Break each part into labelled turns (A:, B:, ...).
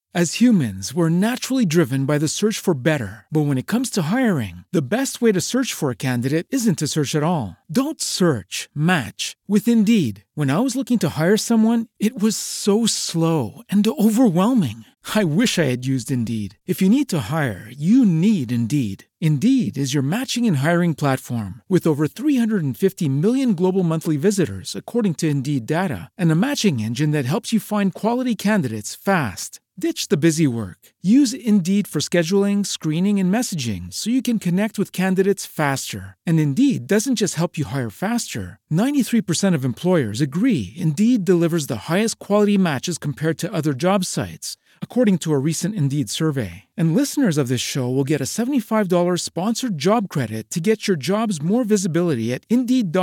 A: As humans, we're naturally driven by the search for better. But when it comes to hiring, the best way to search for a candidate isn't to search at all. Don't search, match with Indeed. When I was looking to hire someone, it was so slow and overwhelming. I wish I had used Indeed. If you need to hire, you need Indeed. Indeed is your matching and hiring platform with over 350 million global monthly visitors, according to Indeed data, and a matching engine that helps you find quality candidates fast. Ditch the busy work. Use Indeed for scheduling, screening, and messaging so you can connect with candidates faster. And Indeed doesn't just help you hire faster. 93% of employers agree Indeed delivers the highest quality matches compared to other job sites, according to a recent Indeed survey. And listeners of this show will get a $75 sponsored job credit to get your jobs more visibility at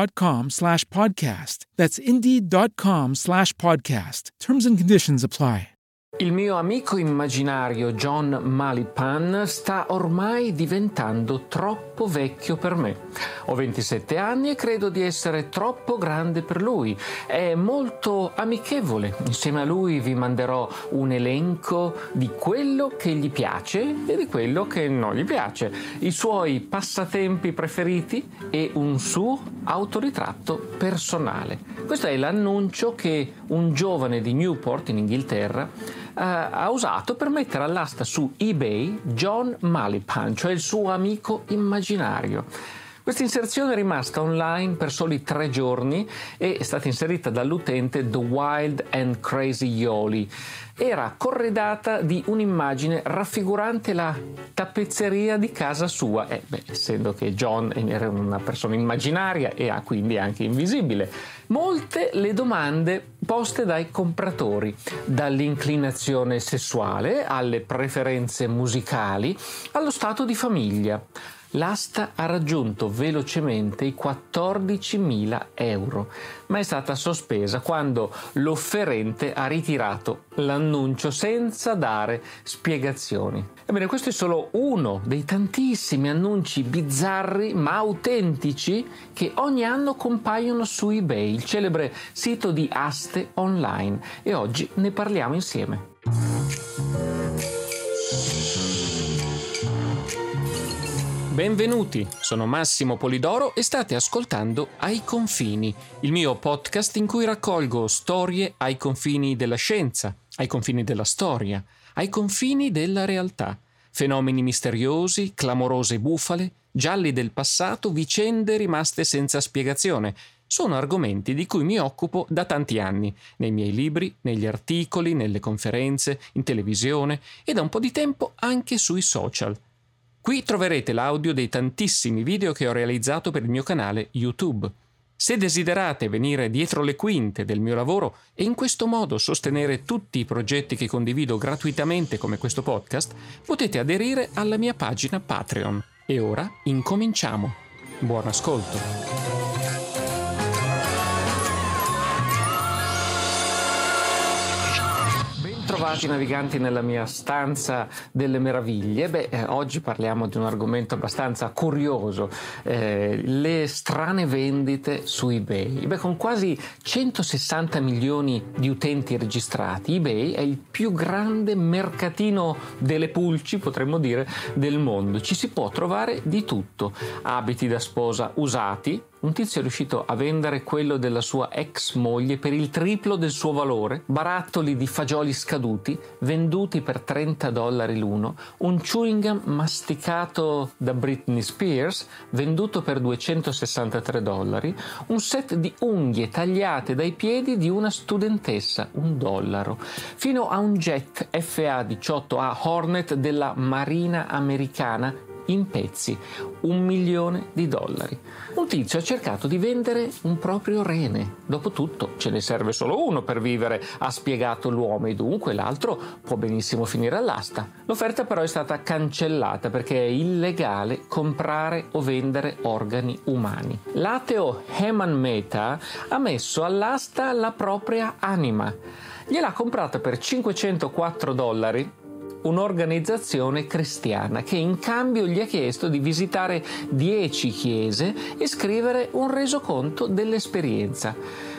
A: Indeed.com/podcast. That's Indeed.com/podcast. Terms and conditions apply.
B: Il mio amico immaginario John Malipan sta ormai diventando troppo vecchio per me. Ho 27 anni e credo di essere troppo grande per lui. È molto amichevole. Insieme a lui vi manderò un elenco di quello che gli piace e di quello che non gli piace, i suoi passatempi preferiti e un suo autoritratto personale. Questo è l'annuncio che un giovane di Newport, in Inghilterra, ha usato per mettere all'asta su eBay John Malipan, cioè il suo amico immaginario. Questa inserzione è rimasta online per soli 3 giorni e è stata inserita dall'utente The Wild and Crazy Yoli. Era corredata di un'immagine raffigurante la tappezzeria di casa sua, essendo che John era una persona immaginaria e quindi anche invisibile. Molte le domande poste dai compratori, dall'inclinazione sessuale alle preferenze musicali, allo stato di famiglia. L'asta ha raggiunto velocemente i 14.000 euro, ma è stata sospesa quando l'offerente ha ritirato l'annuncio senza dare spiegazioni. Ebbene, questo è solo uno dei tantissimi annunci bizzarri ma autentici che ogni anno compaiono su eBay, il celebre sito di aste online, e oggi ne parliamo insieme. Benvenuti, sono Massimo Polidoro e state ascoltando Ai Confini, il mio podcast in cui raccolgo storie ai confini della scienza, ai confini della storia, ai confini della realtà, fenomeni misteriosi, clamorose bufale, gialli del passato, vicende rimaste senza spiegazione. Sono argomenti di cui mi occupo da tanti anni, nei miei libri, negli articoli, nelle conferenze, in televisione e da un po' di tempo anche sui social. Qui troverete l'audio dei tantissimi video che ho realizzato per il mio canale YouTube. Se desiderate venire dietro le quinte del mio lavoro e in questo modo sostenere tutti i progetti che condivido gratuitamente come questo podcast, potete aderire alla mia pagina Patreon. E ora incominciamo. Buon ascolto. Trovati naviganti nella mia stanza delle meraviglie. Oggi parliamo di un argomento abbastanza curioso, le strane vendite su eBay. Con quasi 160 milioni di utenti registrati, eBay è il più grande mercatino delle pulci, potremmo dire, del mondo. Ci si può trovare di tutto: abiti da sposa usati. Un tizio è riuscito a vendere quello della sua ex moglie per il triplo del suo valore, barattoli di fagioli scaduti venduti per $30 l'uno, un chewing gum masticato da Britney Spears venduto per $263, un set di unghie tagliate dai piedi di una studentessa, $1, fino a un jet FA-18A Hornet della Marina americana in pezzi, $1 milione. Un tizio ha cercato di vendere un proprio rene. Dopotutto ce ne serve solo uno per vivere, ha spiegato l'uomo, e dunque l'altro può benissimo finire all'asta. L'offerta però è stata cancellata perché è illegale comprare o vendere organi umani. L'ateo Heman Mehta ha messo all'asta la propria anima. Gliel'ha comprata per $504 un'organizzazione cristiana che in cambio gli ha chiesto di visitare 10 chiese e scrivere un resoconto dell'esperienza.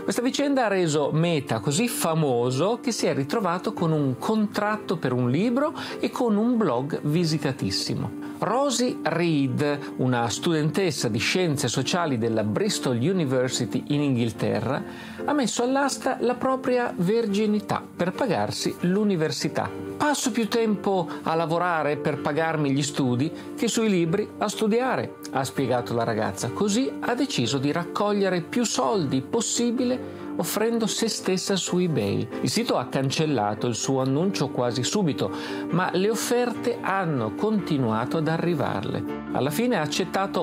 B: Questa vicenda ha reso Mehta così famoso che si è ritrovato con un contratto per un libro e con un blog visitatissimo. Rosie Reed, una studentessa di scienze sociali della Bristol University in Inghilterra, ha messo all'asta la propria verginità per pagarsi l'università. Passo più tempo a lavorare per pagarmi gli studi che sui libri a studiare, ha spiegato la ragazza. Così ha deciso di raccogliere più soldi possibile offrendo se stessa su eBay. Il sito ha cancellato il suo annuncio quasi subito, ma le offerte hanno continuato ad arrivarle. Alla fine ha accettato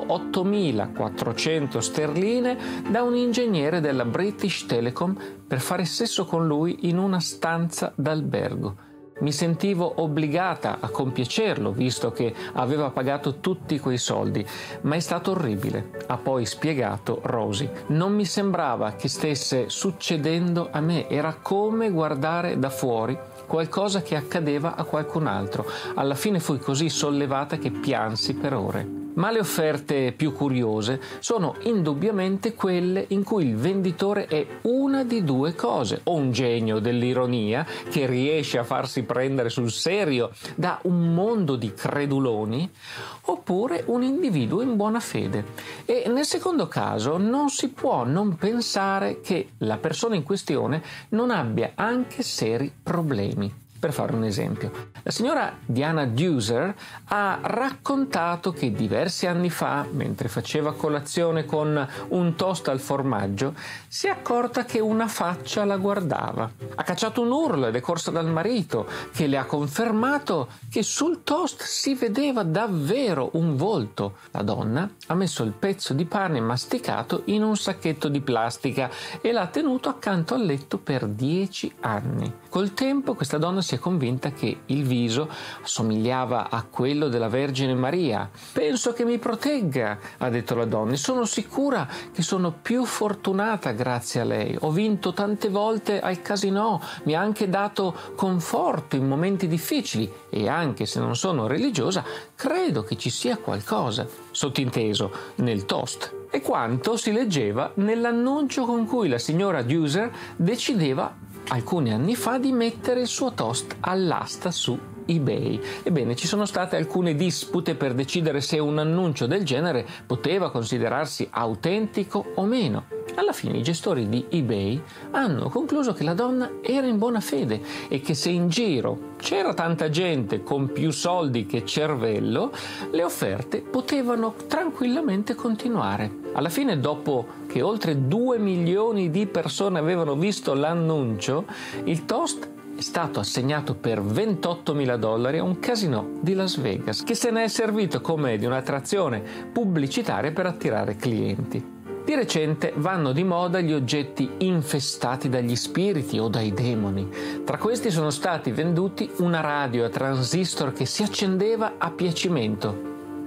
B: 8.400 sterline da un ingegnere della British Telecom per fare sesso con lui in una stanza d'albergo. Mi sentivo obbligata a compiacerlo, visto che aveva pagato tutti quei soldi, ma è stato orribile, ha poi spiegato Rosie. Non mi sembrava che stesse succedendo a me, era come guardare da fuori qualcosa che accadeva a qualcun altro. Alla fine fui così sollevata che piansi per ore. Ma le offerte più curiose sono indubbiamente quelle in cui il venditore è una di due cose: o un genio dell'ironia che riesce a farsi prendere sul serio da un mondo di creduloni, oppure un individuo in buona fede. E nel secondo caso non si può non pensare che la persona in questione non abbia anche seri problemi. Per fare un esempio, la signora Diana Deuser ha raccontato che diversi anni fa, mentre faceva colazione con un toast al formaggio, si è accorta che una faccia la guardava. Ha cacciato un urlo ed è corsa dal marito, che le ha confermato che sul toast si vedeva davvero un volto. La donna ha messo il pezzo di pane masticato in un sacchetto di plastica e l'ha tenuto accanto al letto per 10 anni. Col tempo questa donna si è convinta che il viso assomigliava a quello della Vergine Maria. Penso che mi protegga, ha detto la donna, e sono sicura che sono più fortunata grazie a lei. Ho vinto tante volte al casinò, mi ha anche dato conforto in momenti difficili e anche se non sono religiosa, credo che ci sia qualcosa, sottinteso, nel toast. E quanto si leggeva nell'annuncio con cui la signora Deuser decideva alcuni anni fa di mettere il suo toast all'asta su eBay. Ebbene, ci sono state alcune dispute per decidere se un annuncio del genere poteva considerarsi autentico o meno. Alla fine i gestori di eBay hanno concluso che la donna era in buona fede e che se in giro c'era tanta gente con più soldi che cervello, le offerte potevano tranquillamente continuare. Alla fine, dopo che oltre 2 milioni di persone avevano visto l'annuncio, il toast è stato assegnato per $28.000 a un casinò di Las Vegas, che se ne è servito come di un'attrazione pubblicitaria per attirare clienti. Di recente vanno di moda gli oggetti infestati dagli spiriti o dai demoni. Tra questi sono stati venduti una radio a transistor che si accendeva a piacimento.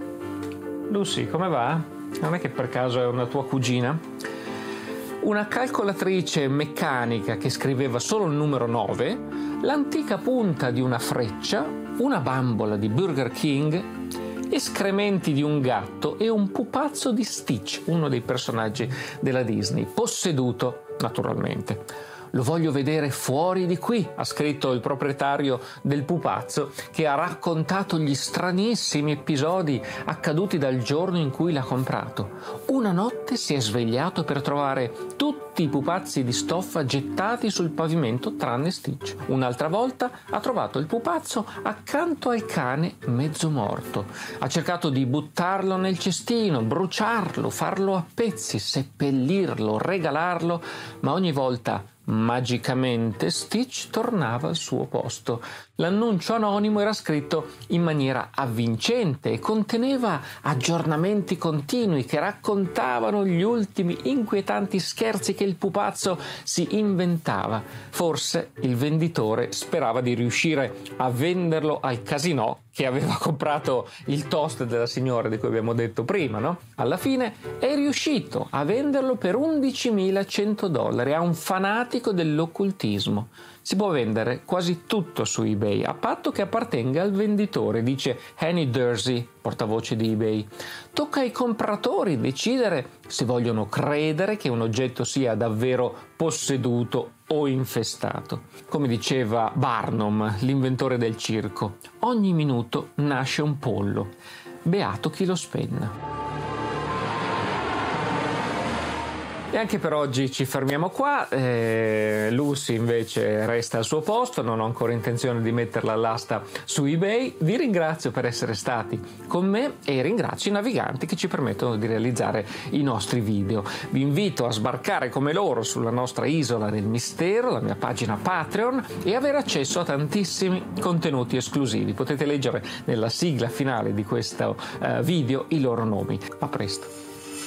B: Lucy, come va? Non è che per caso è una tua cugina? Una calcolatrice meccanica che scriveva solo il numero 9, l'antica punta di una freccia, una bambola di Burger King, escrementi di un gatto e un pupazzo di Stitch, uno dei personaggi della Disney, posseduto naturalmente. Lo voglio vedere fuori di qui, ha scritto il proprietario del pupazzo, che ha raccontato gli stranissimi episodi accaduti dal giorno in cui l'ha comprato. Una notte si è svegliato per trovare tutti i pupazzi di stoffa gettati sul pavimento tranne Stitch. Un'altra volta ha trovato il pupazzo accanto al cane mezzo morto. Ha cercato di buttarlo nel cestino, bruciarlo, farlo a pezzi, seppellirlo, regalarlo, ma ogni volta magicamente Stitch tornava al suo posto. L'annuncio anonimo era scritto in maniera avvincente e conteneva aggiornamenti continui che raccontavano gli ultimi inquietanti scherzi che il pupazzo si inventava. Forse il venditore sperava di riuscire a venderlo al casinò che aveva comprato il toast della signora di cui abbiamo detto prima, no? Alla fine è riuscito a venderlo per $11.100 a un fanatico dell'occultismo. Si può vendere quasi tutto su eBay, a patto che appartenga al venditore, dice Annie Dursey, portavoce di eBay. Tocca ai compratori decidere se vogliono credere che un oggetto sia davvero posseduto o infestato. Come diceva Barnum, l'inventore del circo, ogni minuto nasce un pollo. Beato chi lo spenna. E anche per oggi ci fermiamo qua. Lucy invece resta al suo posto, non ho ancora intenzione di metterla all'asta su eBay. Vi ringrazio per essere stati con me e ringrazio i naviganti che ci permettono di realizzare i nostri video. Vi invito a sbarcare come loro sulla nostra isola del mistero, la mia pagina Patreon, e avere accesso a tantissimi contenuti esclusivi. Potete leggere nella sigla finale di questo video i loro nomi. A presto.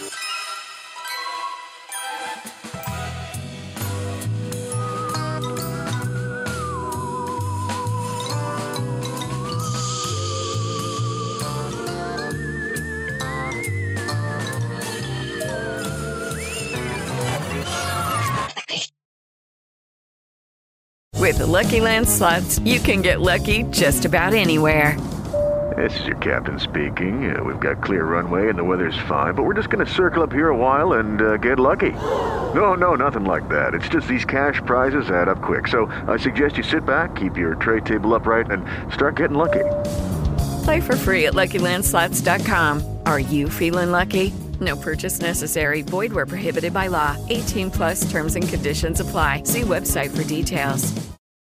C: With the Lucky Land Slots, you can get lucky just about anywhere.
D: This is your captain speaking. We've got clear runway and the weather's fine, but we're just going to circle up here a while and get lucky. No, nothing like that. It's just these cash prizes add up quick. So I suggest you sit back, keep your tray table upright, and start getting lucky.
C: Play for free at LuckyLandSlots.com. Are you feeling lucky? No purchase necessary. Void where prohibited by law. 18+ terms and conditions apply. See website for details.